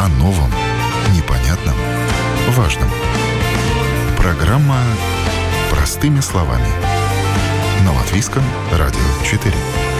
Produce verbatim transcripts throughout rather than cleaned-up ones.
О новом, непонятном, важном. Программа «Простыми словами». На Латвийском радио четыре.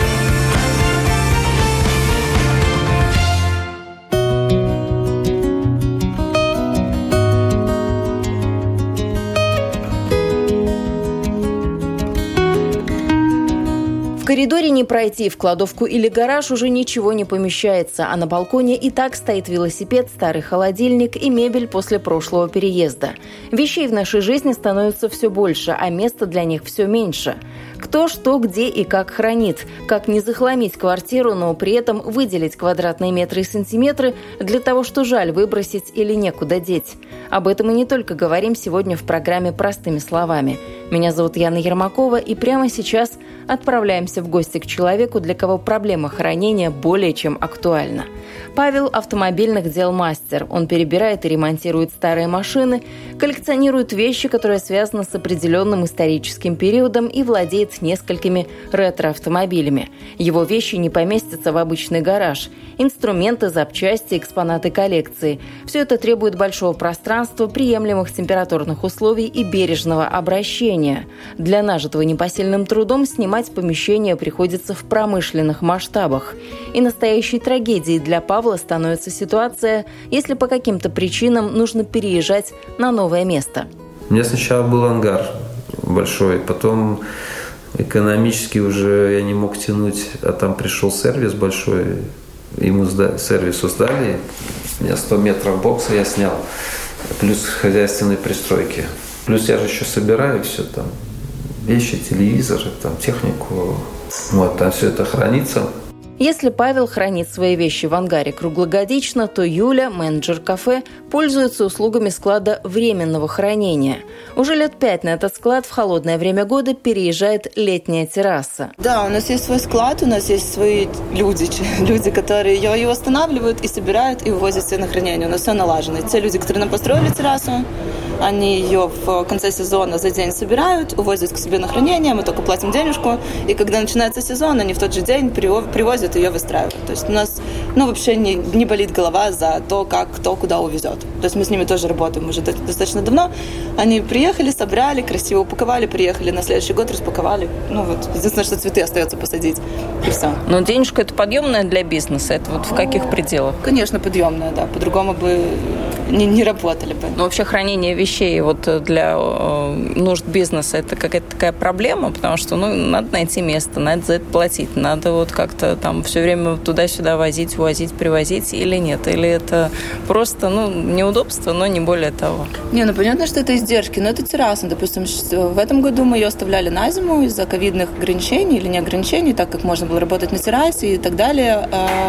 В коридоре не пройти, в кладовку или гараж уже ничего не помещается, а на балконе и так стоит велосипед, старый холодильник и мебель после прошлого переезда. Вещей в нашей жизни становится все больше, а места для них все меньше. Кто, что, где и как хранит, как не захламить квартиру, но при этом выделить квадратные метры и сантиметры для того, что жаль выбросить или некуда деть. Об этом мы не только говорим сегодня в программе «Простыми словами». Меня зовут Яна Ермакова, и прямо сейчас отправляемся в гости к человеку, для кого проблема хранения более чем актуальна. Павел – автомобильных дел мастер. Он перебирает и ремонтирует старые машины, коллекционирует вещи, которые связаны с определенным историческим периодом, и владеет несколькими ретро-автомобилями. Его вещи не поместятся в обычный гараж. Инструменты, запчасти, экспонаты коллекции. Все это требует большого пространства, приемлемых температурных условий и бережного обращения. Для нажитого непосильным трудом снимать помещение приходится в промышленных масштабах. И настоящей трагедией для Павла становится ситуация, если по каким-то причинам нужно переезжать на новое место. У меня сначала был ангар большой, потом экономически уже я не мог тянуть, а там пришел сервис большой, ему сда- сервису сдали, у меня сто метров бокса я снял, плюс хозяйственной пристройки. Плюс я же еще собираю все там, вещи, телевизоры, там, технику, вот, там все это хранится. Если Павел хранит свои вещи в ангаре круглогодично, то Юля, менеджер кафе, пользуется услугами склада временного хранения. Уже лет пять на этот склад в холодное время года переезжает летняя терраса. Да, у нас есть свой склад, у нас есть свои люди, люди, которые ее, ее восстанавливают и собирают, и вывозят все на хранение. У нас все налажено. Те люди, которые нам построили террасу, они ее в конце сезона за день собирают, увозят к себе на хранение, мы только платим денежку, и когда начинается сезон, они в тот же день привозят ее, выстраивают. То есть у нас ну, вообще не, не болит голова за то, как кто куда увезет. То есть мы с ними тоже работаем уже достаточно давно. Они приехали, собрали, красиво упаковали, приехали на следующий год, распаковали. Ну вот, единственное, что цветы остается посадить, и все. Но денежка это подъемная для бизнеса, это вот в каких пределах? Конечно, подъемная, да, по-другому бы не, не работали бы. Но вообще хранение вещей вот для э, нужд бизнеса это какая-то такая проблема, потому что ну, надо найти место, надо за это платить, надо вот как-то там все время туда-сюда возить, возить, привозить или нет? Или это просто ну, неудобство, но не более того? Не, ну понятно, что это издержки, но это терраса. Допустим, в этом году мы ее оставляли на зиму из-за ковидных ограничений или не ограничений, так как можно было работать на террасе и так далее.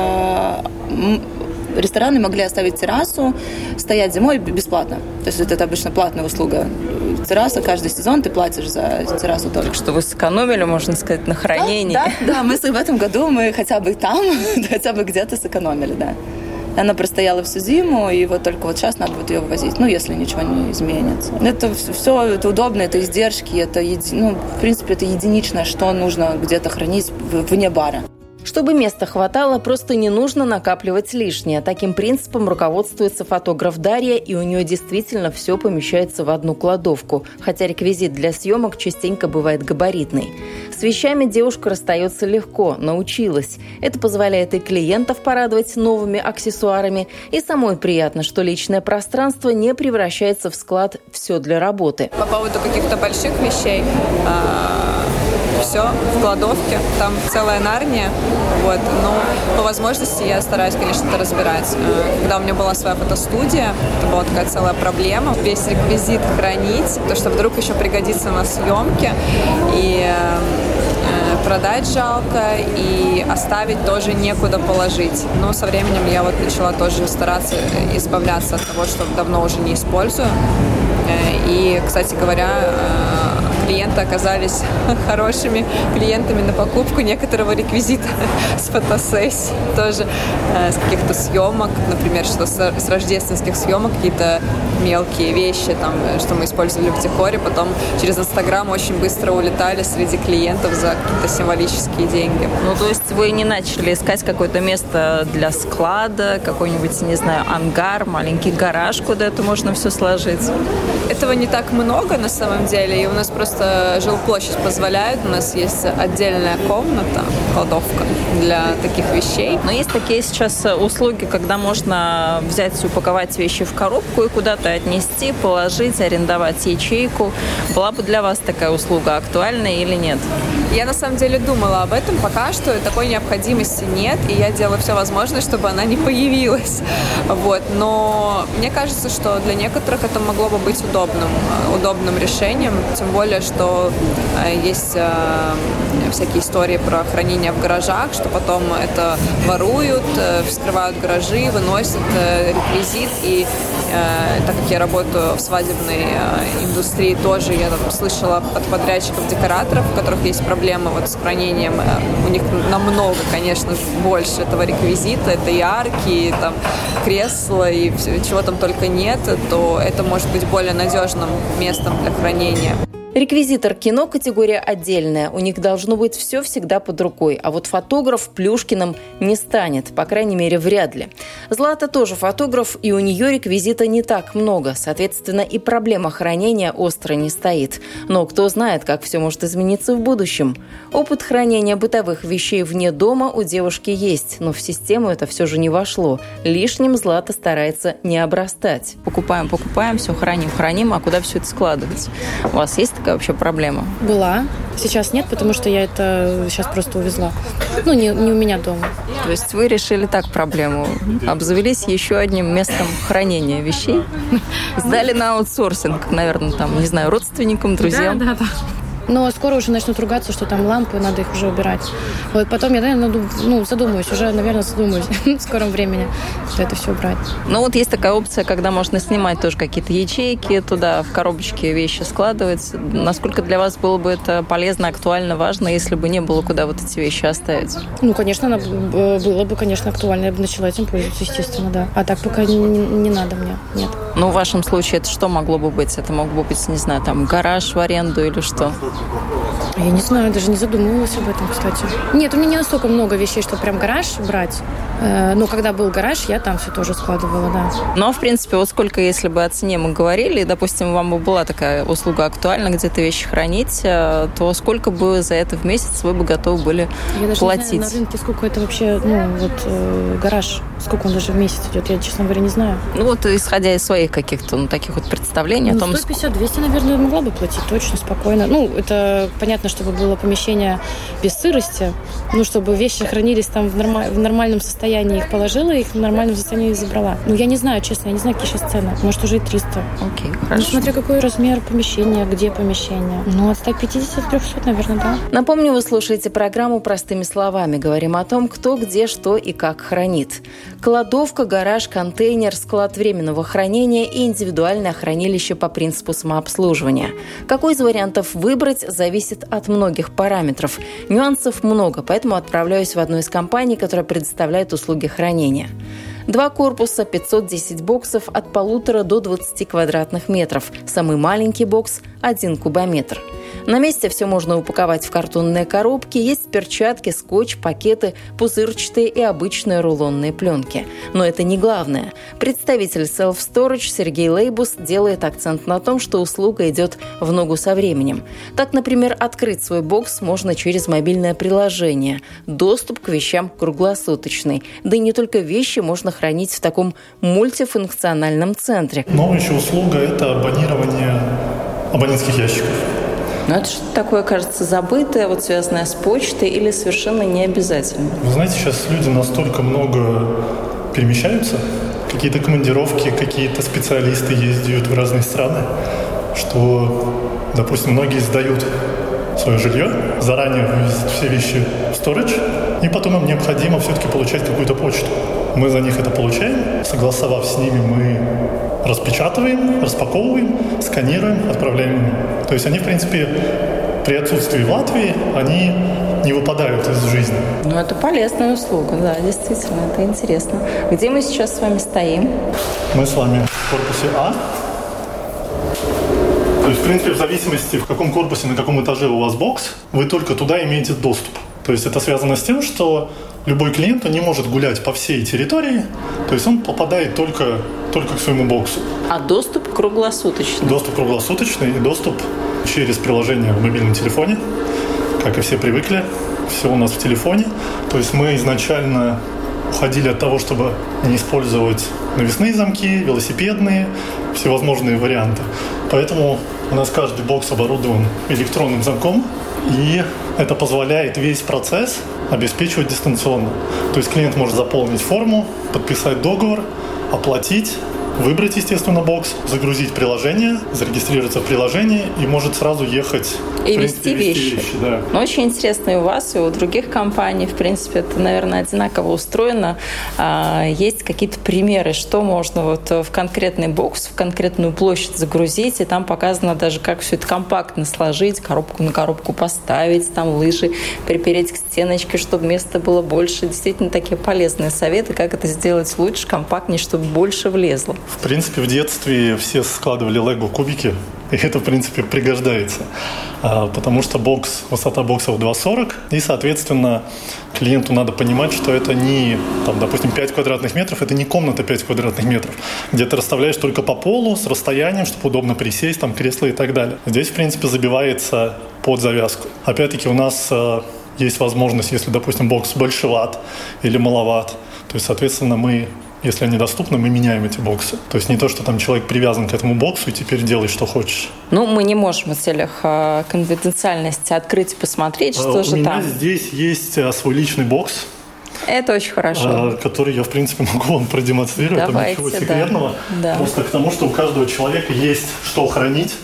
Рестораны могли оставить террасу, стоять зимой бесплатно. То есть это обычно платная услуга. Терраса, каждый сезон ты платишь за террасу только. Так что вы сэкономили, можно сказать, на хранении. Да, да, да, мы в этом году мы хотя бы там, хотя бы где-то сэкономили, да. Она простояла всю зиму, и вот только вот сейчас надо будет ее вывозить, ну, если ничего не изменится. Это все, это удобно, это издержки, это, еди... ну, в принципе, это единичное, что нужно где-то хранить вне бара. Чтобы места хватало, просто не нужно накапливать лишнее. Таким принципом руководствуется фотограф Дарья, и у нее действительно все помещается в одну кладовку, хотя реквизит для съемок частенько бывает габаритный. С вещами девушка расстается легко, научилась. Это позволяет и клиентов порадовать новыми аксессуарами, и самой приятно, что личное пространство не превращается в склад «все для работы». По поводу каких-то больших вещей, все в кладовке, там целая нарния, вот, но по возможности я стараюсь, конечно, это разбирать. Когда у меня была своя фотостудия, это была такая целая проблема, весь реквизит хранить, то что вдруг еще пригодится на съемке, и э, продать жалко, и оставить тоже некуда положить. Но со временем я вот начала тоже стараться избавляться от того, что давно уже не использую. И, кстати говоря, клиенты оказались хорошими клиентами на покупку некоторого реквизита с фотосессий, тоже э, с каких-то съемок, например, что с, с рождественских съемок, какие-то мелкие вещи, там, что мы использовали в декоре, потом через Инстаграм очень быстро улетали среди клиентов за какие-то символические деньги. Ну, то есть вы не начали искать какое-то место для склада, какой-нибудь, не знаю, ангар, маленький гараж, куда это можно все сложить? Этого не так много на самом деле, и у нас просто жилплощадь позволяет, у нас есть отдельная комната, кладовка для таких вещей. Но есть такие сейчас услуги, когда можно взять, упаковать вещи в коробку и куда-то отнести, положить, арендовать ячейку. Была бы для вас такая услуга актуальна или нет? Я на самом деле думала об этом, пока что такой необходимости нет, и я делаю все возможное, чтобы она не появилась. Вот. Но мне кажется, что для некоторых это могло бы быть удобным, удобным решением, тем более, что есть всякие истории про хранение в гаражах, что потом это воруют, вскрывают гаражи, выносят реквизит, и так как я работаю в свадебной индустрии, тоже я там слышала от подрядчиков-декораторов, у которых есть проблемы вот с хранением, у них намного, конечно, больше этого реквизита, это и арки, и там кресла, и все, чего там только нет, то это может быть более надежным местом для хранения. Реквизитор кино – категория отдельная. У них должно быть все всегда под рукой. А вот фотограф Плюшкиным не станет. По крайней мере, вряд ли. Злата тоже фотограф, и у нее реквизита не так много. Соответственно, и проблема хранения остро не стоит. Но кто знает, как все может измениться в будущем. Опыт хранения бытовых вещей вне дома у девушки есть. Но в систему это все же не вошло. Лишним Злата старается не обрастать. Покупаем, покупаем, все храним, храним. А куда все это складывать? У вас есть такая вообще проблема? Была. Сейчас нет, потому что я это сейчас просто увезла. Ну, не, не у меня дома. То есть вы решили так проблему? Обзавелись еще одним местом хранения вещей? Сдали на аутсорсинг, наверное, там, не знаю, родственникам, друзьям? Да, да, да. Но скоро уже начнут ругаться, что там лампы, надо их уже убирать. Вот потом я, наверное, ну, задумаюсь, уже, наверное, задумаюсь в скором времени, что это все убрать. Ну вот есть такая опция, когда можно снимать тоже какие-то ячейки, туда в коробочки вещи складывать. Насколько для вас было бы это полезно, актуально, важно, если бы не было куда вот эти вещи оставить? Ну, конечно, она, было бы, конечно, актуально. Я бы начала этим пользоваться, естественно, да. А так пока не, не, не надо мне, нет. Ну, в вашем случае это что могло бы быть? Это мог бы быть, не знаю, там, гараж в аренду или что? Я не знаю, даже не задумывалась об этом, кстати. Нет, у меня не настолько много вещей, чтобы прям гараж брать. Но когда был гараж, я там все тоже складывала, да. Но, в принципе, вот сколько, если бы о цене мы говорили, допустим, вам бы была такая услуга актуальна, где-то вещи хранить, то сколько бы за это в месяц вы бы готовы были я даже платить? Не знаю, на рынке сколько это вообще, ну, вот э, гараж, сколько он даже в месяц идет, я, честно говоря, не знаю. Ну, вот исходя из своих каких-то, ну, таких вот представлений ну, о том... сто пятьдесят-двести, наверное, могла бы платить точно, спокойно. Ну, это понятно, чтобы было помещение без сырости, ну, чтобы вещи хранились там в, норма- в нормальном состоянии, их положила, их в нормальном состоянии забрала. Ну, я не знаю, честно, я не знаю, какие сейчас цены. Может, уже и триста. Окей, хорошо. Ну, смотря какой размер помещения, где помещение. Ну, от ста пятидесяти до трехсот, наверное, да. Напомню, вы слушаете программу «Простыми словами». Говорим о том, кто, где, что и как хранит. Кладовка, гараж, контейнер, склад временного хранения и индивидуальное хранилище по принципу самообслуживания. Какой из вариантов выбрать, зависит от многих параметров. Нюансов много, поэтому отправляюсь в одну из компаний, которая предоставляет услуги хранения. Два корпуса, пятьсот десять боксов от полутора до двадцати квадратных метров. Самый маленький бокс – один кубометр. На месте все можно упаковать в картонные коробки, есть перчатки, скотч, пакеты, пузырчатые и обычные рулонные пленки. Но это не главное. Представитель Self Storage Сергей Лейбус делает акцент на том, что услуга идет в ногу со временем. Так, например, открыть свой бокс можно через мобильное приложение. Доступ к вещам круглосуточный. Да и не только вещи можно хранить в таком мультифункциональном центре. Новая еще услуга – это абонирование абонентских ящиков. Но это что-то такое, кажется, забытое, вот связанное с почтой или совершенно не обязательно. Вы знаете, сейчас люди настолько много перемещаются, какие-то командировки, какие-то специалисты ездят в разные страны, что, допустим, многие сдают свое жилье, заранее вывезут все вещи в сторидж, и потом им необходимо все-таки получать какую-то почту. Мы за них это получаем, согласовав с ними, мы распечатываем, распаковываем, сканируем, отправляем ему. То есть они, в принципе, при отсутствии в Латвии, они не выпадают из жизни. Ну, это полезная услуга, да, действительно, это интересно. Где мы сейчас с вами стоим? Мы с вами в корпусе А. То есть, в принципе, в зависимости, в каком корпусе, на каком этаже у вас бокс, вы только туда имеете доступ. То есть это связано с тем, что любой клиент не может гулять по всей территории, то есть он попадает только, только к своему боксу. А доступ круглосуточный? Доступ круглосуточный и доступ через приложение в мобильном телефоне, как и все привыкли, все у нас в телефоне. То есть мы изначально уходили от того, чтобы не использовать навесные замки, велосипедные, всевозможные варианты. Поэтому у нас каждый бокс оборудован электронным замком, и это позволяет весь процесс обеспечивать дистанционно. То есть клиент может заполнить форму, подписать договор, оплатить, выбрать, естественно, бокс, загрузить приложение, зарегистрироваться в приложении и может сразу ехать и в принципе, вести вещи. вещи да. Но очень интересно и у вас, и у других компаний. В принципе, это, наверное, одинаково устроено. А, есть какие-то примеры, что можно вот в конкретный бокс, в конкретную площадь загрузить, и там показано даже, как все это компактно сложить, коробку на коробку поставить, там лыжи припереть к стеночке, чтобы места было больше. Действительно, такие полезные советы, как это сделать лучше, компактнее, чтобы больше влезло. В принципе, в детстве все складывали лего-кубики, и это, в принципе, пригождается. Потому что бокс, высота боксов два сорок, и, соответственно, клиенту надо понимать, что это не, там, допустим, пять квадратных метров, это не комната пять квадратных метров, где ты расставляешь только по полу, с расстоянием, чтобы удобно присесть, там, кресло и так далее. Здесь, в принципе, забивается под завязку. Опять-таки, у нас есть возможность, если, допустим, бокс большеват или маловат, то есть, соответственно, мы... Если они доступны, мы меняем эти боксы. То есть не то, что там человек привязан к этому боксу и теперь делай, что хочешь. Ну, мы не можем в целях э, конфиденциальности открыть и посмотреть, что а, же у там. У меня здесь есть а, свой личный бокс. Это очень хорошо. А, который я, в принципе, могу вам продемонстрировать. Давайте, там ничего секретного. Да. Просто к тому, что у каждого человека есть что хранить.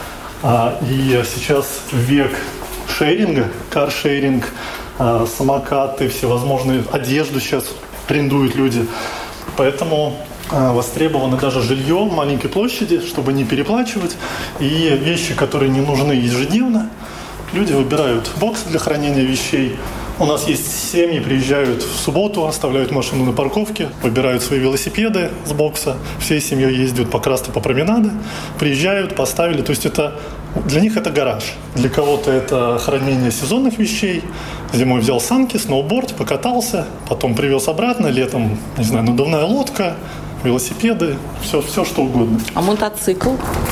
А, и сейчас век шеринга, каршеринг, а, самокаты, всевозможные, одежду сейчас арендуют люди. Поэтому э, востребовано даже жилье в маленькой площади, чтобы не переплачивать. И вещи, которые не нужны ежедневно, люди выбирают бокс для хранения вещей. У нас есть семьи, приезжают в субботу, оставляют машину на парковке, выбирают свои велосипеды с бокса, всей семьей ездят по Красной, по променаде, приезжают, поставили. То есть это, для них это гараж. Для кого-то это хранение сезонных вещей. Зимой взял санки, сноуборд, покатался, потом привез обратно, летом, не знаю, надувная лодка, велосипеды, все, все что угодно. А мотоцикл?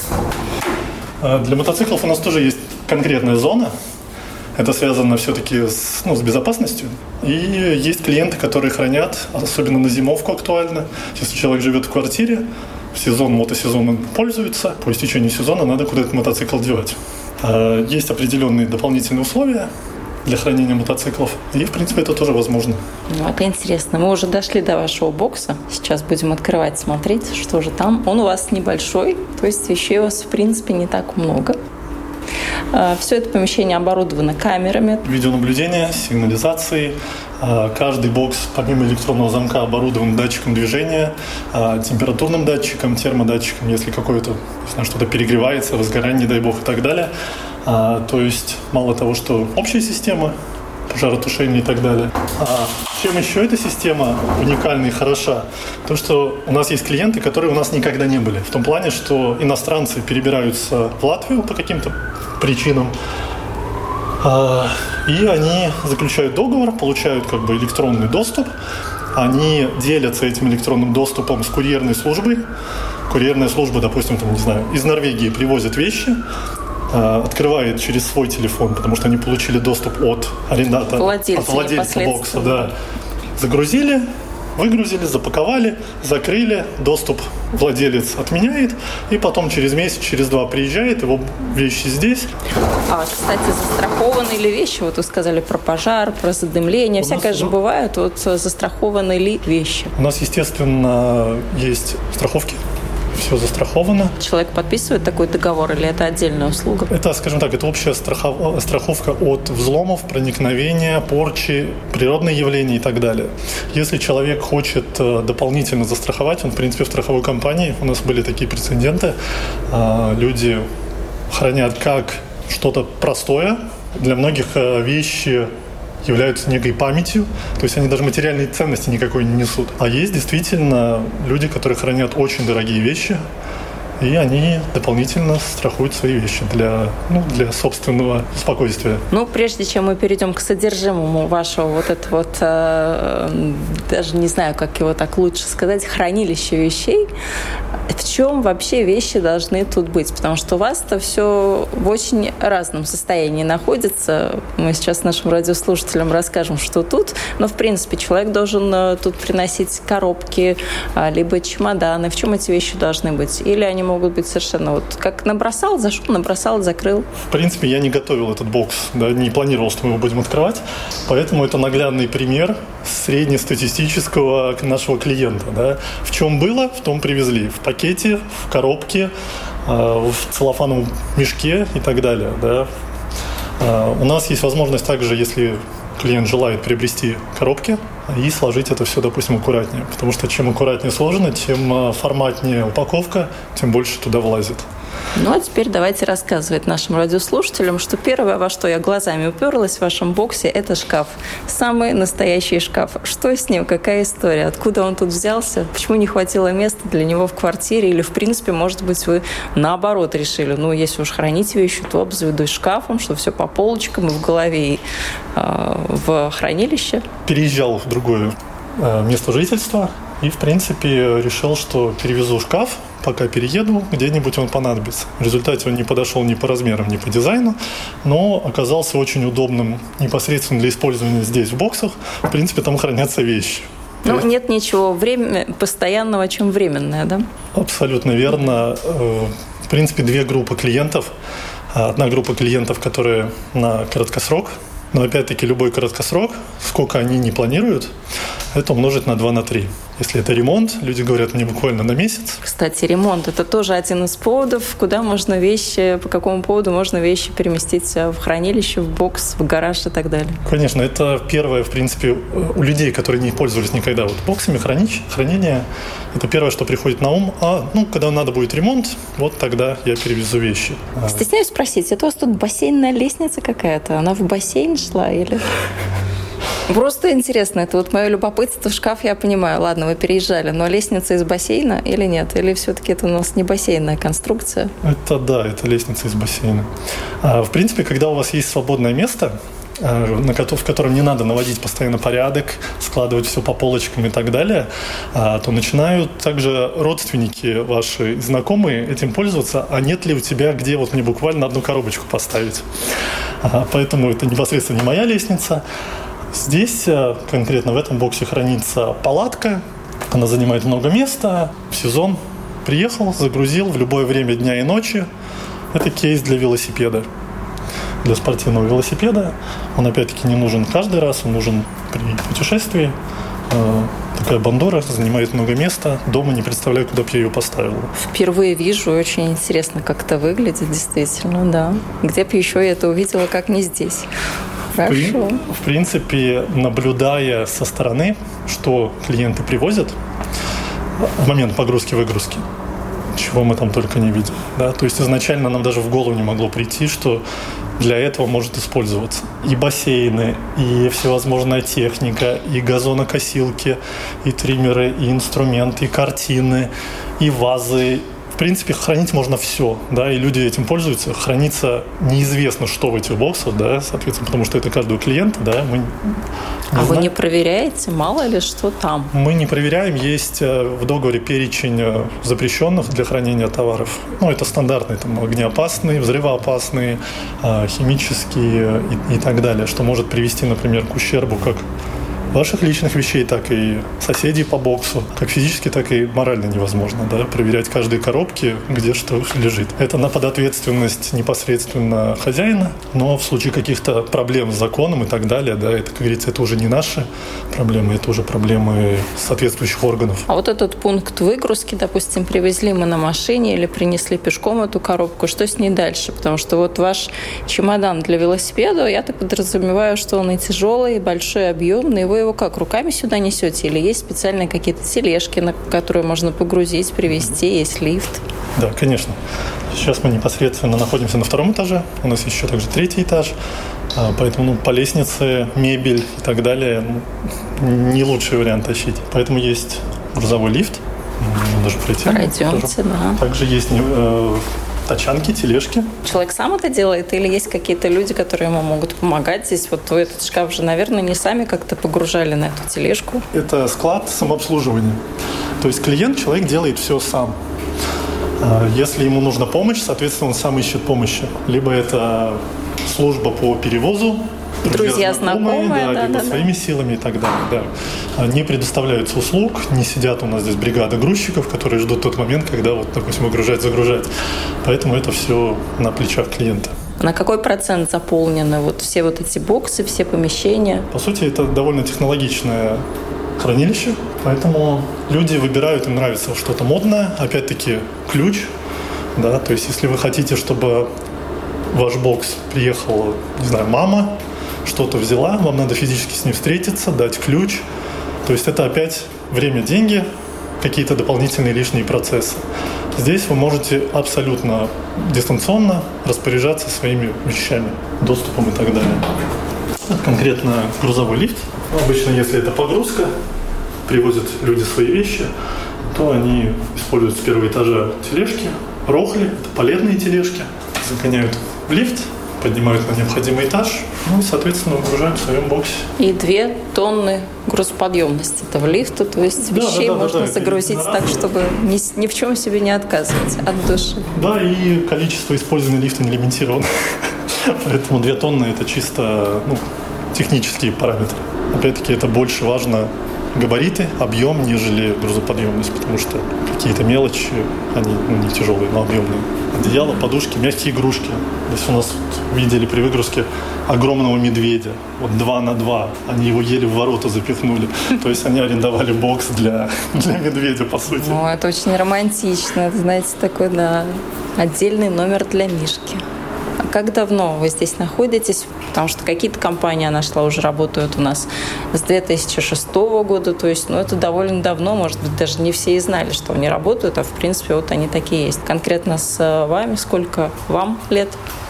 Для мотоциклов у нас тоже есть конкретная зона. Это связано все-таки с, ну, с безопасностью. И есть клиенты, которые хранят, особенно на зимовку актуально. Если человек живет в квартире, в сезон, мотосезон он пользуется, по истечении сезона надо куда-то мотоцикл девать. Есть определенные дополнительные условия для хранения мотоциклов. И, в принципе, это тоже возможно. Ну, это интересно. Мы уже дошли до вашего бокса. Сейчас будем открывать, смотреть, что же там. Он у вас небольшой, то есть вещей у вас, в принципе, не так много. Все это помещение оборудовано камерами. Видеонаблюдение, сигнализацией. Каждый бокс, помимо электронного замка, оборудован датчиком движения, температурным датчиком, термодатчиком, если какое-то, не знаю, что-то перегревается, возгорание, не дай бог, и так далее. То есть мало того, что общая система, пожаротушение и так далее. А чем еще эта система уникальна и хороша? То, что у нас есть клиенты, которые у нас никогда не были. В том плане, что иностранцы перебираются в Латвию по каким-то причинам, и они заключают договор, получают как бы электронный доступ. Они делятся этим электронным доступом с курьерной службой. Курьерная служба, допустим, там, не знаю, из Норвегии привозит вещи, открывает через свой телефон, потому что они получили доступ от арендатора, владельца, от владельца бокса. Да. Загрузили, выгрузили, запаковали, закрыли, доступ владелец отменяет, и потом через месяц, через два приезжает, его вещи здесь. А, кстати, застрахованы ли вещи? Вот вы сказали про пожар, про задымление. У Всякое нас, же да. бывает. Вот застрахованы ли вещи? У нас, естественно, есть страховки. все застраховано. Человек подписывает такой договор или это отдельная услуга? Это, скажем так, это общая страховка от взломов, проникновения, порчи, природные явления и так далее. Если человек хочет дополнительно застраховать, он, в принципе, в страховой компании, у нас были такие прецеденты, люди хранят как что-то простое, для многих вещи являются некой памятью, то есть они даже материальной ценности никакой не несут. А есть действительно люди, которые хранят очень дорогие вещи, и они дополнительно страхуют свои вещи для, ну, для собственного спокойствия. Ну, прежде чем мы перейдем к содержимому вашего вот этого вот, э, даже не знаю, как его так лучше сказать, хранилища вещей, в чем вообще вещи должны тут быть? Потому что у вас-то все в очень разном состоянии находится. Мы сейчас нашим радиослушателям расскажем, что тут. Но, в принципе, человек должен тут приносить коробки, либо чемоданы. В чем эти вещи должны быть? Или они могут быть совершенно вот как набросал, зашел, набросал, закрыл? В принципе, я не готовил этот бокс, да, не планировал, что мы его будем открывать. Поэтому это наглядный пример среднестатистического нашего клиента. Да. В чем было, в том привезли. В пакете, в коробке, в целлофановом мешке и так далее. Да. У нас есть возможность также, если клиент желает приобрести коробки и сложить это все, допустим, аккуратнее. Потому что чем аккуратнее сложено, тем форматнее упаковка, тем больше туда влазит. Ну, а теперь давайте рассказывать нашим радиослушателям, что первое, во что я глазами уперлась в вашем боксе, это шкаф. Самый настоящий шкаф. Что с ним? Какая история? Откуда он тут взялся? Почему не хватило места для него в квартире? Или, в принципе, может быть, вы наоборот решили, ну, если уж хранить вещи, то обзаведусь шкафом, что все по полочкам и в голове, и э, в хранилище. Переезжал в другое э, место жительства и, в принципе, решил, что перевезу шкаф, пока перееду, где-нибудь он понадобится. В результате он не подошел ни по размерам, ни по дизайну, но оказался очень удобным непосредственно для использования здесь, в боксах. В принципе, там хранятся вещи. Ну, есть... нет ничего время... постоянного, чем временное, да? Абсолютно верно. В принципе, две группы клиентов. Одна группа клиентов, которые на краткосрок, но опять-таки любой краткосрок, сколько они не планируют, это умножить на два, на три. Если это ремонт, люди говорят мне буквально на месяц. Кстати, ремонт – это тоже один из поводов, куда можно вещи, по какому поводу можно вещи переместить в хранилище, в бокс, в гараж и так далее. Конечно, это первое, в принципе, у людей, которые не пользовались никогда вот боксами, хранить, хранение, это первое, что приходит на ум. А, ну, когда надо будет ремонт, вот тогда я перевезу вещи. Стесняюсь спросить, это у вас тут бассейнная лестница какая-то? Она в бассейн шла или... Просто интересно, это вот мое любопытство, шкаф я понимаю, ладно, вы переезжали, но лестница из бассейна или нет? Или все-таки это у нас не бассейнная конструкция? Это да, это лестница из бассейна. А, в принципе, когда у вас есть свободное место, на в котором не надо наводить постоянно порядок, складывать все по полочкам и так далее, то начинают также родственники ваши, знакомые этим пользоваться, а нет ли у тебя где вот мне буквально одну коробочку поставить. Поэтому это непосредственно не моя лестница. Здесь конкретно в этом боксе хранится палатка, она занимает много места, в сезон приехал, загрузил в любое время дня и ночи. Это кейс для велосипеда. Для спортивного велосипеда. Он, опять-таки, не нужен каждый раз, он нужен при путешествии. Такая бандура занимает много места. Дома не представляю, куда бы я ее поставила. Впервые вижу, очень интересно, как это выглядит, действительно, да. Где бы еще я это увидела, как не здесь. Хорошо. В принципе, наблюдая со стороны, что клиенты привозят в момент погрузки-выгрузки, чего мы там только не видим. Да? То есть изначально нам даже в голову не могло прийти, что для этого может использоваться и бассейны, и всевозможная техника, и газонокосилки, и триммеры, и инструменты, и картины, и вазы. В принципе, хранить можно все, да, и люди этим пользуются. Хранится неизвестно, что в этих боксах, да, соответственно, потому что это каждого клиента, да, мы не А знаем. Вы не проверяете, мало ли что там? Мы не проверяем, есть в договоре перечень запрещенных для хранения товаров. Ну, это стандартные, там, огнеопасные, взрывоопасные, химические и, и так далее, что может привести, например, к ущербу как ваших личных вещей, так и соседей по боксу. Как физически, так и морально невозможно, да, проверять каждые коробки, где что лежит. Это на подответственность непосредственно хозяина, но в случае каких-то проблем с законом и так далее, да, это, как говорится, это уже не наши проблемы, это уже проблемы соответствующих органов. А вот этот пункт выгрузки, допустим, привезли мы на машине или принесли пешком эту коробку, что с ней дальше? Потому что вот ваш чемодан для велосипеда, я так подразумеваю, что он и тяжелый, и большой, объемный. Вы его как, руками сюда несете? Или есть специальные какие-то тележки, на которые можно погрузить, привезти, есть лифт? Да, конечно. Сейчас мы непосредственно находимся на втором этаже. У нас еще также третий этаж. Поэтому ну, по лестнице, мебель и так далее ну, не лучший вариант тащить. Поэтому есть грузовой лифт. Можно даже пройти. Пройдемте, да. Также есть э, тачанки, тележки. Человек сам это делает или есть какие-то люди, которые ему могут помогать? Здесь вот вы этот шкаф же, наверное, не сами как-то погружали на эту тележку. Это склад самообслуживания. То есть клиент, человек делает все сам. Если ему нужна помощь, соответственно, он сам ищет помощи. Либо это служба по перевозу, друзья, знакомые, знакомые да, да, либо да, своими да. силами и так далее. Да. Не предоставляются услуг, не сидят у нас здесь бригада грузчиков, которые ждут тот момент, когда, вот, допустим, выгружать, загружать. Поэтому это все на плечах клиента. На какой процент заполнены вот все вот эти боксы, все помещения? По сути, это довольно технологичное хранилище, поэтому люди выбирают, им нравится что-то модное, опять-таки ключ, да, то есть если вы хотите, чтобы в ваш бокс приехала, не знаю, мама, что-то взяла, вам надо физически с ней встретиться, дать ключ, то есть это опять время, деньги, какие-то дополнительные лишние процессы. Здесь вы можете абсолютно дистанционно распоряжаться своими вещами, доступом и так далее. Конкретно грузовой лифт. Обычно, если это погрузка, привозят люди свои вещи, то они используют с первого этажа тележки, рохли, это палетные тележки, загоняют в лифт, поднимают на необходимый этаж, ну и, соответственно, выгружают в своем боксе. И две тонны грузоподъемности этого лифта, то есть да, вещей да, да, можно да, да, загрузить так, чтобы ни, ни в чем себе не отказывать от души. Да, и количество использованных лифта не лимитировано. Поэтому две тонны – это чисто ну, технические параметры. Опять-таки, это больше важно габариты, объем, нежели грузоподъемность, потому что какие-то мелочи, они ну, не тяжелые, но объемные. Одеяло, подушки, мягкие игрушки. Здесь у нас вот, видели при выгрузке огромного медведя. Вот два на два. Они его еле в ворота запихнули. То есть они арендовали бокс для, для медведя, по сути. Ну, это очень романтично. Это, знаете, такой, да, отдельный номер для Мишки. А как давно вы здесь находитесь? Потому что какие-то компании, я нашла, уже работают у нас с две тысячи шестого года. То есть, ну, это довольно давно. Может быть, даже не все и знали, что они работают. А, в принципе, вот они такие есть. Конкретно с вами сколько вам лет?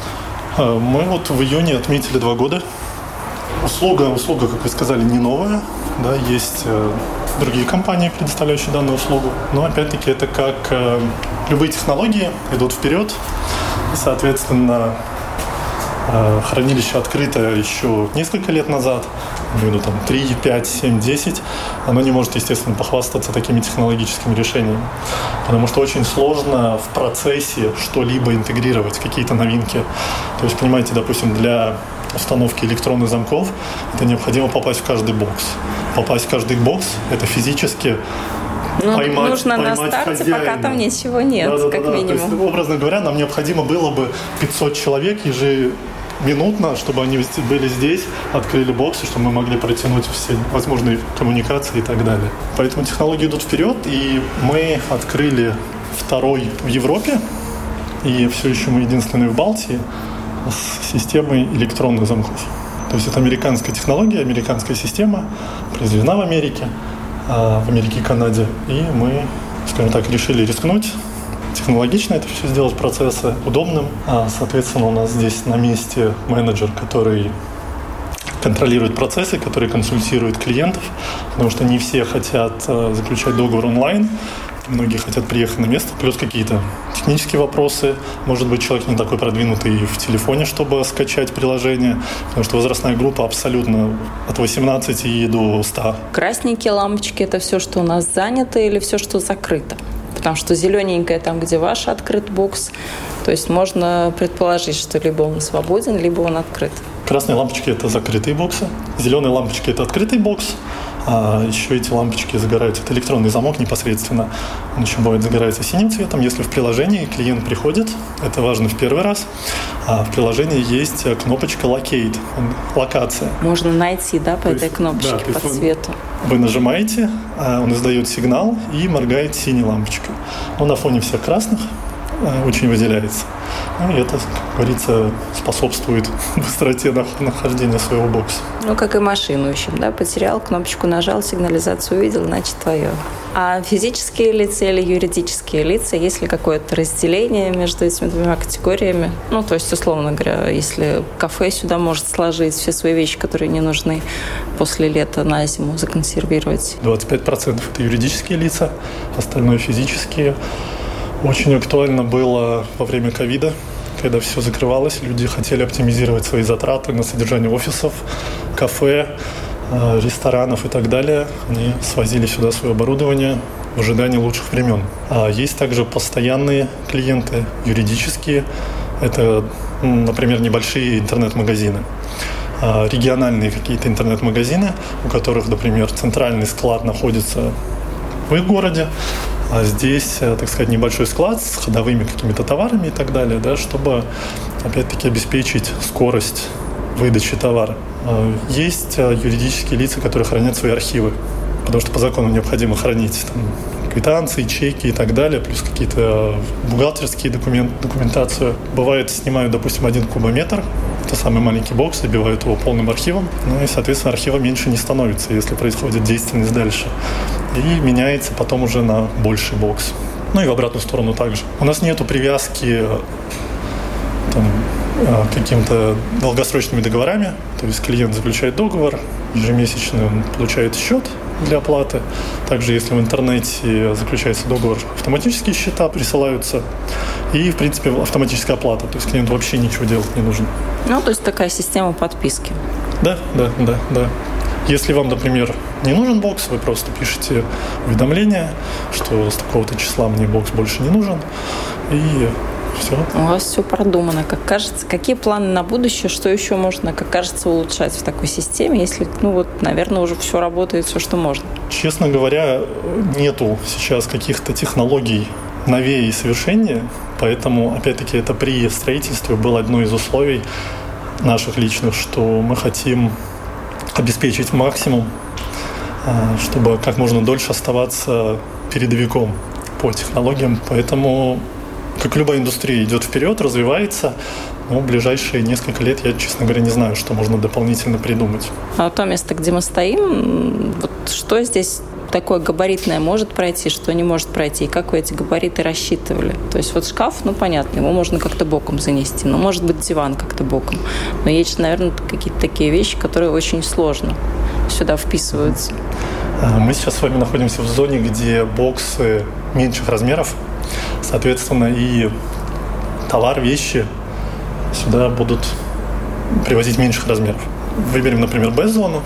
Мы вот в июне отметили два года. Услуга, услуга, как вы сказали, не новая. Да, есть э, другие компании, предоставляющие данную услугу. Но, опять-таки, это как э, любые технологии идут вперед. И, соответственно, э, хранилище открыто еще несколько лет назад. Я имею в виду, там, три, пять, семь, десять. Оно не может, естественно, похвастаться такими технологическими решениями. Потому что очень сложно в процессе что-либо интегрировать, какие-то новинки. То есть, понимаете, допустим, для установки электронных замков это необходимо попасть в каждый бокс. Попасть в каждый бокс – это физически ну, поймать, нужно поймать на старте, хозяина. пока там ничего нет, да, да, как да, да. минимум. То есть, образно говоря, нам необходимо было бы пятьсот человек ежеминутно, чтобы они были здесь, открыли боксы, чтобы мы могли протянуть все возможные коммуникации и так далее. Поэтому технологии идут вперед, и мы открыли второй в Европе, и все еще мы единственные в Балтии, с системой электронных замков. То есть это американская технология, американская система, произведена в Америке, в Америке и Канаде. И мы, скажем так, решили рискнуть, технологично это все сделать, процессы удобным. Соответственно, у нас здесь на месте менеджер, который контролирует процессы, который консультирует клиентов, потому что не все хотят заключать договор онлайн. Многие хотят приехать на место, плюс какие-то технические вопросы. Может быть, человек не такой продвинутый в телефоне, чтобы скачать приложение, потому что возрастная группа абсолютно от восемнадцати до ста. Красненькие лампочки – это все, что у нас занято, или все, что закрыто? Потому что зелененькое там, где ваш открыт бокс. То есть можно предположить, что либо он свободен, либо он открыт. Красные лампочки – это закрытые боксы, зеленые лампочки – это открытый бокс, а еще эти лампочки загораются. Это электронный замок непосредственно. Он еще бывает загорается синим цветом. Если в приложении клиент приходит, это важно в первый раз, а в приложении есть кнопочка Locate, локация. Можно найти, да, по То этой есть, кнопочке, да, по цвету. Вы нажимаете, он издает сигнал и моргает синей лампочкой. Он на фоне всех красных очень выделяется. Ну, и это, как говорится, способствует быстроте нахождения своего бокса. Ну, как и машину ищем, да? Потерял, кнопочку нажал, сигнализацию увидел, значит, твое. А физические лица или юридические лица, есть ли какое-то разделение между этими двумя категориями? Ну, то есть, условно говоря, если кафе сюда может сложить все свои вещи, которые не нужны после лета на зиму, законсервировать. двадцать пять процентов это юридические лица, остальное физические. Очень актуально было во время ковида, когда все закрывалось, люди хотели оптимизировать свои затраты на содержание офисов, кафе, ресторанов и так далее. Они свозили сюда свое оборудование в ожидании лучших времен. А есть также постоянные клиенты, юридические. Это, например, небольшие интернет-магазины. Региональные какие-то интернет-магазины, у которых, например, центральный склад находится в их городе, а здесь, так сказать, небольшой склад с ходовыми какими-то товарами и так далее, да, чтобы, опять-таки, обеспечить скорость выдачи товара. Есть юридические лица, которые хранят свои архивы, потому что по закону необходимо хранить там квитанции, чеки и так далее, плюс какие-то бухгалтерские документы, документацию. Бывает, снимают, допустим, один кубометр, это самый маленький бокс, забивают его полным архивом, ну и, соответственно, архива меньше не становится, если происходит действенность дальше. И меняется потом уже на больший бокс. Ну и в обратную сторону также. У нас нету привязки там, каким-то долгосрочными договорами. То есть клиент заключает договор, ежемесячно он получает счет для оплаты. Также, если в интернете заключается договор, автоматические счета присылаются. И, в принципе, автоматическая оплата. То есть клиенту вообще ничего делать не нужно. Ну, то есть такая система подписки. Да, да, да, да. Если вам, например, не нужен бокс, вы просто пишете уведомление, что с такого-то числа мне бокс больше не нужен, и все. У вас все продумано, как кажется. Какие планы на будущее, что еще можно, как кажется, улучшать в такой системе, если, ну вот, наверное, уже все работает, все, что можно? Честно говоря, нету сейчас каких-то технологий новее и совершеннее, поэтому, опять-таки, это при строительстве было одно из условий наших личных, что мы хотим обеспечить максимум, чтобы как можно дольше оставаться передовиком по технологиям. Поэтому, как любая индустрия идет вперед, развивается, но в ближайшие несколько лет я, честно говоря, не знаю, что можно дополнительно придумать. А то место, где мы стоим, вот что здесь такое габаритное может пройти, что не может пройти, и как вы эти габариты рассчитывали? То есть вот шкаф, ну понятно, его можно как-то боком занести, но может быть диван как-то боком. Но есть, наверное, какие-то такие вещи, которые очень сложно сюда вписываются. Мы сейчас с вами находимся в зоне, где боксы меньших размеров, соответственно, и товар, вещи сюда будут привозить меньших размеров. Выберем, например, Б-зону,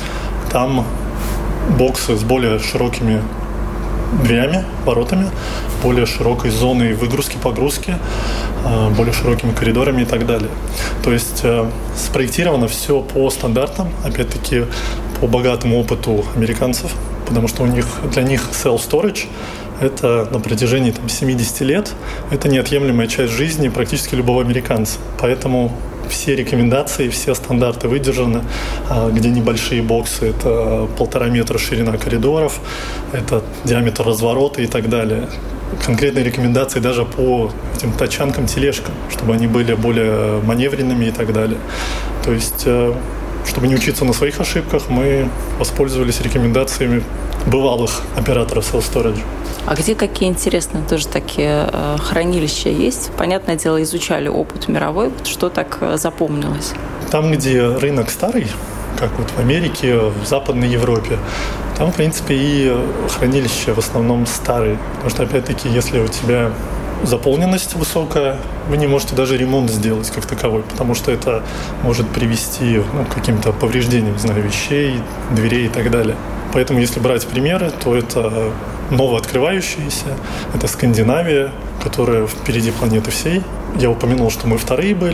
там боксы с более широкими дверями, воротами, более широкой зоной выгрузки-погрузки, более широкими коридорами и так далее. То есть спроектировано все по стандартам, опять-таки по богатому опыту американцев, потому что у них, для них self-storage – это на протяжении там, семьдесят лет, это неотъемлемая часть жизни практически любого американца. Поэтому все рекомендации, все стандарты выдержаны, где небольшие боксы, это полтора метра ширина коридоров, это диаметр разворота и так далее. Конкретные рекомендации даже по этим тачанкам, тележкам, чтобы они были более маневренными и так далее. То есть, чтобы не учиться на своих ошибках, мы воспользовались рекомендациями бывалых операторов self-storage. А где какие интересные тоже такие э, хранилища есть? Понятное дело, изучали опыт мировой, что так запомнилось? Там, где рынок старый, как вот в Америке, в Западной Европе, там, в принципе, и хранилища в основном старые. Потому что, опять-таки, если у тебя заполненность высокая, вы не можете даже ремонт сделать как таковой, потому что это может привести ну, к каким-то повреждениям, не знаю, вещей, дверей и так далее. Поэтому, если брать примеры, то это новооткрывающиеся, это Скандинавия, которая впереди планеты всей. Я упомянул, что мы вторые были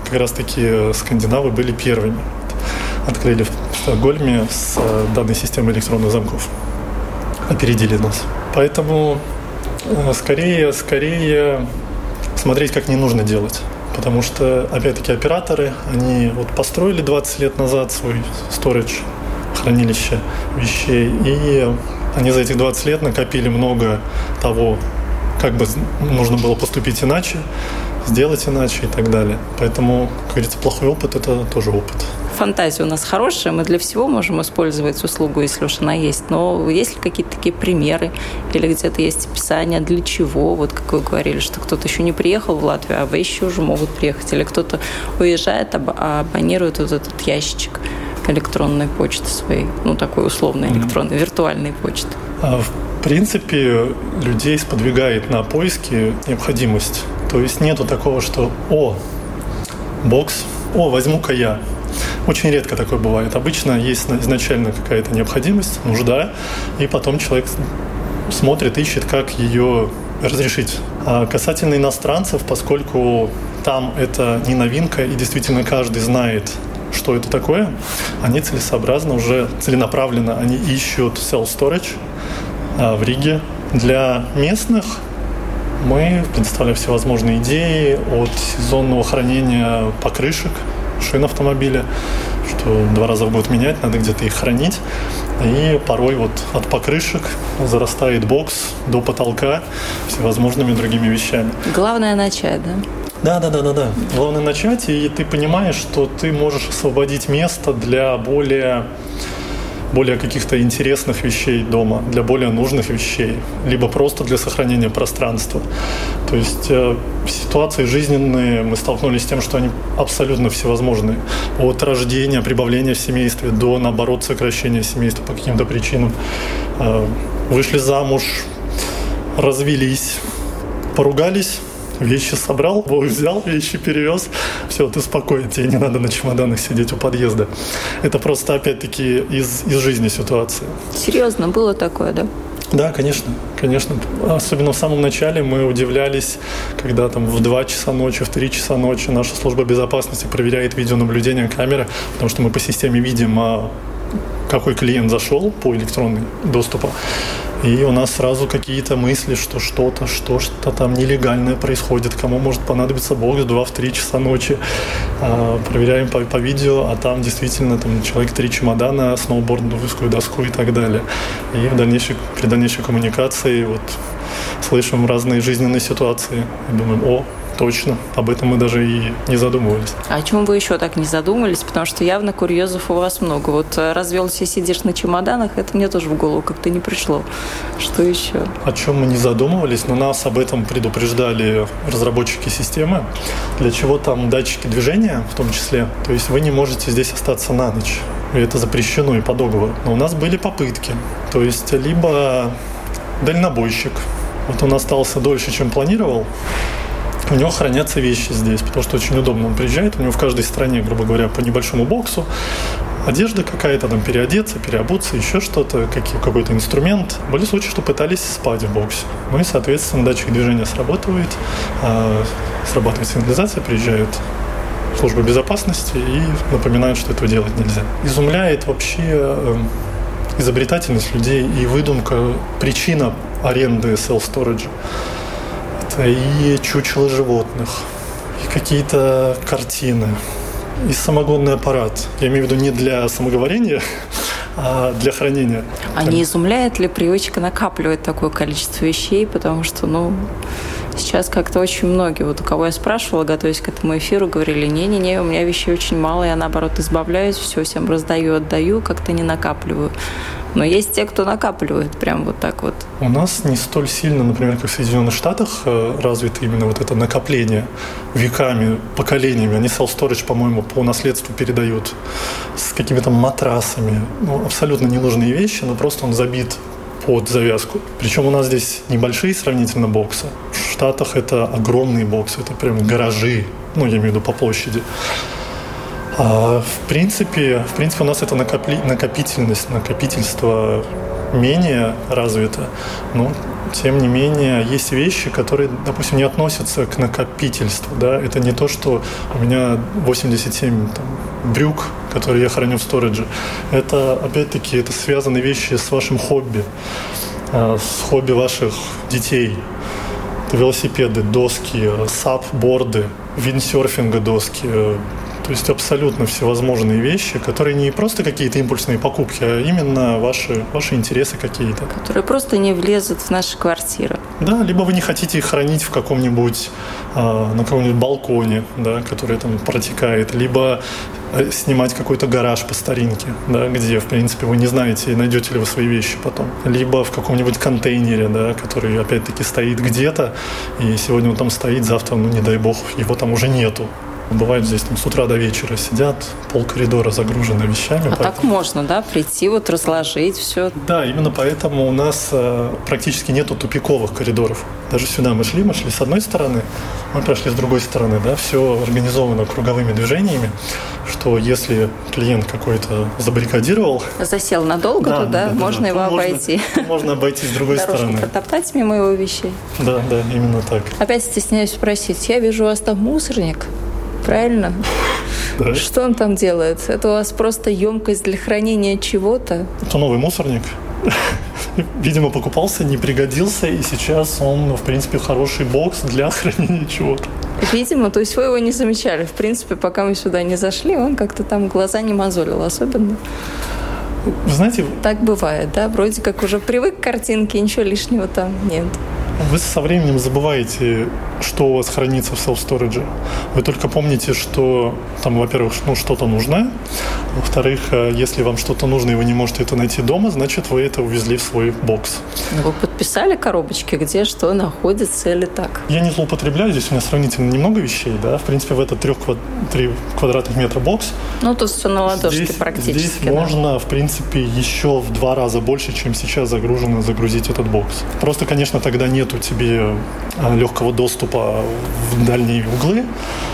как раз-таки скандинавы были первыми. Открыли в Стокгольме с данной системой электронных замков. Опередили нас. Поэтому скорее, скорее смотреть, как не нужно делать. Потому что, опять-таки, операторы, они вот построили двадцать лет назад свой storage, хранилище вещей, и они за этих двадцать лет накопили много того, как бы нужно было поступить иначе, сделать иначе и так далее. Поэтому, как говорится, плохой опыт – это тоже опыт. Фантазия у нас хорошая, мы для всего можем использовать услугу, если уж она есть. Но есть ли какие-то такие примеры или где-то есть описание, для чего? Вот как вы говорили, что кто-то еще не приехал в Латвию, а вещи уже могут приехать. Или кто-то уезжает, абонирует вот этот ящичек электронной почты своей, ну такой условной электронной, виртуальной почты. В принципе, людей сподвигает на поиски необходимость. То есть нету такого, что «О, бокс, о, возьму-ка я». Очень редко такое бывает. Обычно есть изначально какая-то необходимость, нужда, и потом человек смотрит, ищет, как ее разрешить. А касательно иностранцев, поскольку там это не новинка, и действительно каждый знает, что это такое, они целесообразно, уже целенаправленно, они ищут self-storage в Риге. Для местных мы предоставляем всевозможные идеи от сезонного хранения покрышек, шин автомобиля, что два раза в год менять, надо где-то их хранить. И порой вот от покрышек зарастает бокс до потолка всевозможными другими вещами. Главное начать, да? Да, да, да, да, да. Главное начать, и ты понимаешь, что ты можешь освободить место для более, более каких-то интересных вещей дома, для более нужных вещей, либо просто для сохранения пространства. То есть э, ситуации жизненные мы столкнулись с тем, что они абсолютно всевозможные. От рождения, прибавления в семействе до, наоборот, сокращения семейства по каким-то причинам. Э, вышли замуж, развелись, поругались, вещи собрал, взял, вещи перевез. Все, ты спокоен, тебе не надо на чемоданах сидеть у подъезда. Это просто, опять-таки, из, из жизни ситуация. Серьезно, было такое, да? Да, конечно, конечно. Особенно в самом начале мы удивлялись, когда там в два часа ночи, в три часа ночи наша служба безопасности проверяет видеонаблюдение камеры, потому что мы по системе видим, какой клиент зашел по электронному доступу. И у нас сразу какие-то мысли, что что-то, что-то там нелегальное происходит, кому может понадобиться бокс в два-три часа ночи. А, проверяем по, по видео, а там действительно там, человек три чемодана, сноубордовскую доску и так далее. И в дальнейшей, при дальнейшей коммуникации вот, слышим разные жизненные ситуации. И думаем, о, точно, об этом мы даже и не задумывались. А о чем вы еще так не задумались? Потому что явно курьезов у вас много. Вот развелся и сидишь на чемоданах, это мне тоже в голову как-то не пришло. Что еще? О чем мы не задумывались, но нас об этом предупреждали разработчики системы. Для чего там датчики движения в том числе. То есть вы не можете здесь остаться на ночь. И это запрещено и по договору. Но у нас были попытки. То есть либо дальнобойщик. Вот он остался дольше, чем планировал. У него хранятся вещи здесь, потому что очень удобно. Он приезжает, у него в каждой стране, грубо говоря, по небольшому боксу, одежда какая-то, там переодеться, переобуться, еще что-то, какой-то инструмент. Были случаи, что пытались спать в боксе. Ну и, соответственно, датчик движения срабатывает, срабатывает сигнализация, приезжают службы безопасности и напоминают, что этого делать нельзя. Изумляет вообще изобретательность людей и выдумка, причина аренды self-storage. И чучело животных, и какие-то картины, и самогонный аппарат. Я имею в виду не для самоговорения, а для хранения. А не изумляет ли привычка накапливать такое количество вещей? Потому что, ну, сейчас как-то очень многие, вот у кого я спрашивала, готовясь к этому эфиру, говорили, не-не-не, у меня вещей очень мало, я, наоборот, избавляюсь, все всем раздаю, отдаю, как-то не накапливаю. Но есть те, кто накапливает прям вот так вот. У нас не столь сильно, например, как в Соединенных Штатах, развито именно вот это накопление веками, поколениями. Они self-storage, по-моему, по наследству передают с какими-то матрасами. Ну, абсолютно ненужные вещи, но просто он забит под завязку. Причем у нас здесь небольшие сравнительно боксы. В Штатах это огромные боксы, это прям гаражи, ну, я имею в виду по площади. А в принципе, в принципе, у нас это накопли, накопительность, накопительство менее развито, но тем не менее есть вещи, которые, допустим, не относятся к накопительству. Да? Это не то, что у меня восемьдесят семь там, брюк, которые я храню в сторидже. Это, опять-таки, это связанные вещи с вашим хобби, с хобби ваших детей. Это велосипеды, доски, сап-борды, виндсерфинга доски. То есть абсолютно всевозможные вещи, которые не просто какие-то импульсные покупки, а именно ваши, ваши интересы какие-то. Которые просто не влезут в наши квартиры. Да, либо вы не хотите их хранить в каком-нибудь, э, на каком-нибудь балконе, да, который там протекает, либо снимать какой-то гараж по старинке, да, где, в принципе, вы не знаете, найдете ли вы свои вещи потом. Либо в каком-нибудь контейнере, да, который, опять-таки, стоит где-то, и сегодня он там стоит, завтра, ну, не дай бог, его там уже нету. Бывает, здесь там с утра до вечера сидят, пол коридора загружены вещами. А поэтому... так можно, да, прийти, вот разложить все. Да, именно поэтому у нас э, практически нету тупиковых коридоров. Даже сюда мы шли, мы шли с одной стороны, мы прошли с другой стороны, да, все организовано круговыми движениями, что если клиент какой-то забаррикадировал... Засел надолго да, туда, да, можно да, его обойти. Можно, можно обойти с другой Дорожку стороны. протоптать мимо его вещей. Да, да, именно так. Опять стесняюсь спросить, я вижу у вас там мусорник. Правильно? Да. Что он там делает? Это у вас просто емкость для хранения чего-то? Это новый мусорник. Видимо, покупался, не пригодился, и сейчас он, в принципе, хороший бокс для хранения чего-то. Видимо, то есть вы его не замечали. В принципе, пока мы сюда не зашли, он как-то там глаза не мозолил особенно. Вы знаете... Так бывает, да? Вроде как уже привык к картинке, ничего лишнего там нет. Вы со временем забываете, что у вас хранится в селф-сторидже. Вы только помните, что там, во-первых, ну, что-то нужно. Во-вторых, если вам что-то нужно, и вы не можете это найти дома, значит, вы это увезли в свой бокс. Вы подписали коробочки, где что находится или так? Я не злоупотребляю. Здесь у меня сравнительно немного вещей. Да? В принципе, в этот трех три квадратных метра бокс. Ну, тут все на ладошке здесь, практически. Здесь да. можно, в принципе, еще в два раза больше, чем сейчас загружено, загрузить этот бокс. Просто, конечно, тогда нет у тебе легкого доступа в дальние углы,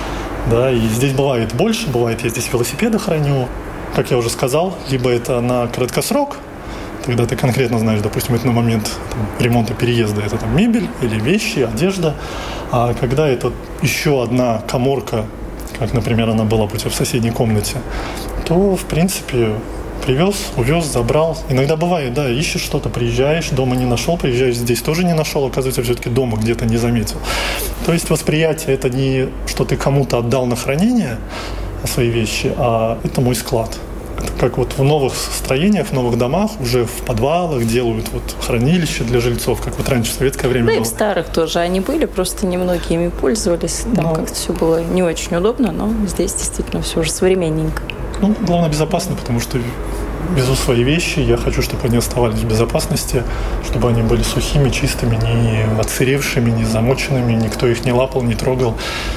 да, и здесь бывает больше, бывает, я здесь велосипеды храню, как я уже сказал, либо это на краткосрок, тогда ты конкретно знаешь, допустим, это на момент там, ремонта, переезда, это там мебель или вещи, одежда, а когда это еще одна каморка, как, например, она была у тебя в соседней комнате, то, в принципе, привез, увез, забрал. Иногда бывает, да, ищешь что-то, приезжаешь, дома не нашел, приезжаешь, здесь тоже не нашел, оказывается, все-таки дома где-то не заметил. То есть восприятие – это не, что ты кому-то отдал на хранение свои вещи, а это мой склад. Это как вот в новых строениях, в новых домах, уже в подвалах делают вот хранилища для жильцов, как вот раньше в советское время да было. И в старых тоже они были, просто немногие ими пользовались. Там но... как-то все было не очень удобно, но здесь действительно все уже современненько. Ну, главное, безопасно, потому что везу свои вещи, я хочу, чтобы они оставались в безопасности, чтобы они были сухими, чистыми, не отсыревшими, не замоченными, никто их не лапал, не трогал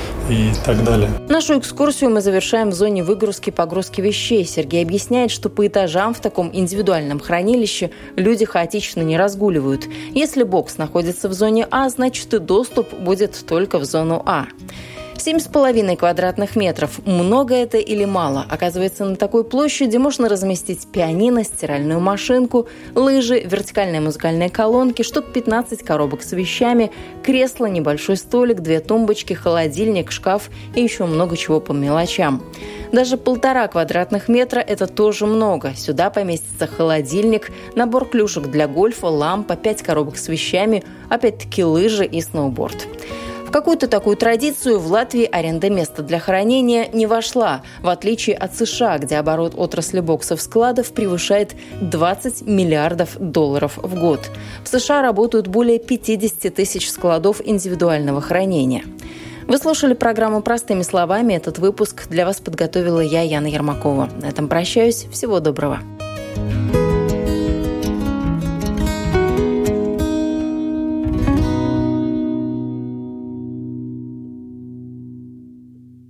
и так далее. Нашу экскурсию мы завершаем в зоне выгрузки-погрузки вещей. Сергей объясняет, что по этажам в таком индивидуальном хранилище люди хаотично не разгуливают. Если бокс находится в зоне А, значит и доступ будет только в зону А. Семь с половиной квадратных метров. Много это или мало? Оказывается, на такой площади можно разместить пианино, стиральную машинку, лыжи, вертикальные музыкальные колонки, штук пятнадцать коробок с вещами, кресло, небольшой столик, две тумбочки, холодильник, шкаф и еще много чего по мелочам. Даже полтора квадратных метра – это тоже много. Сюда поместится холодильник, набор клюшек для гольфа, лампа, пять коробок с вещами, опять-таки лыжи и сноуборд. В какую-то такую традицию в Латвии аренда места для хранения не вошла, в отличие от США, где оборот отрасли боксов-складов превышает двадцать миллиардов долларов в год. В США работают более пятьдесят тысяч складов индивидуального хранения. Вы слушали программу «Простыми словами». Этот выпуск для вас подготовила я, Яна Ермакова. На этом прощаюсь. Всего доброго.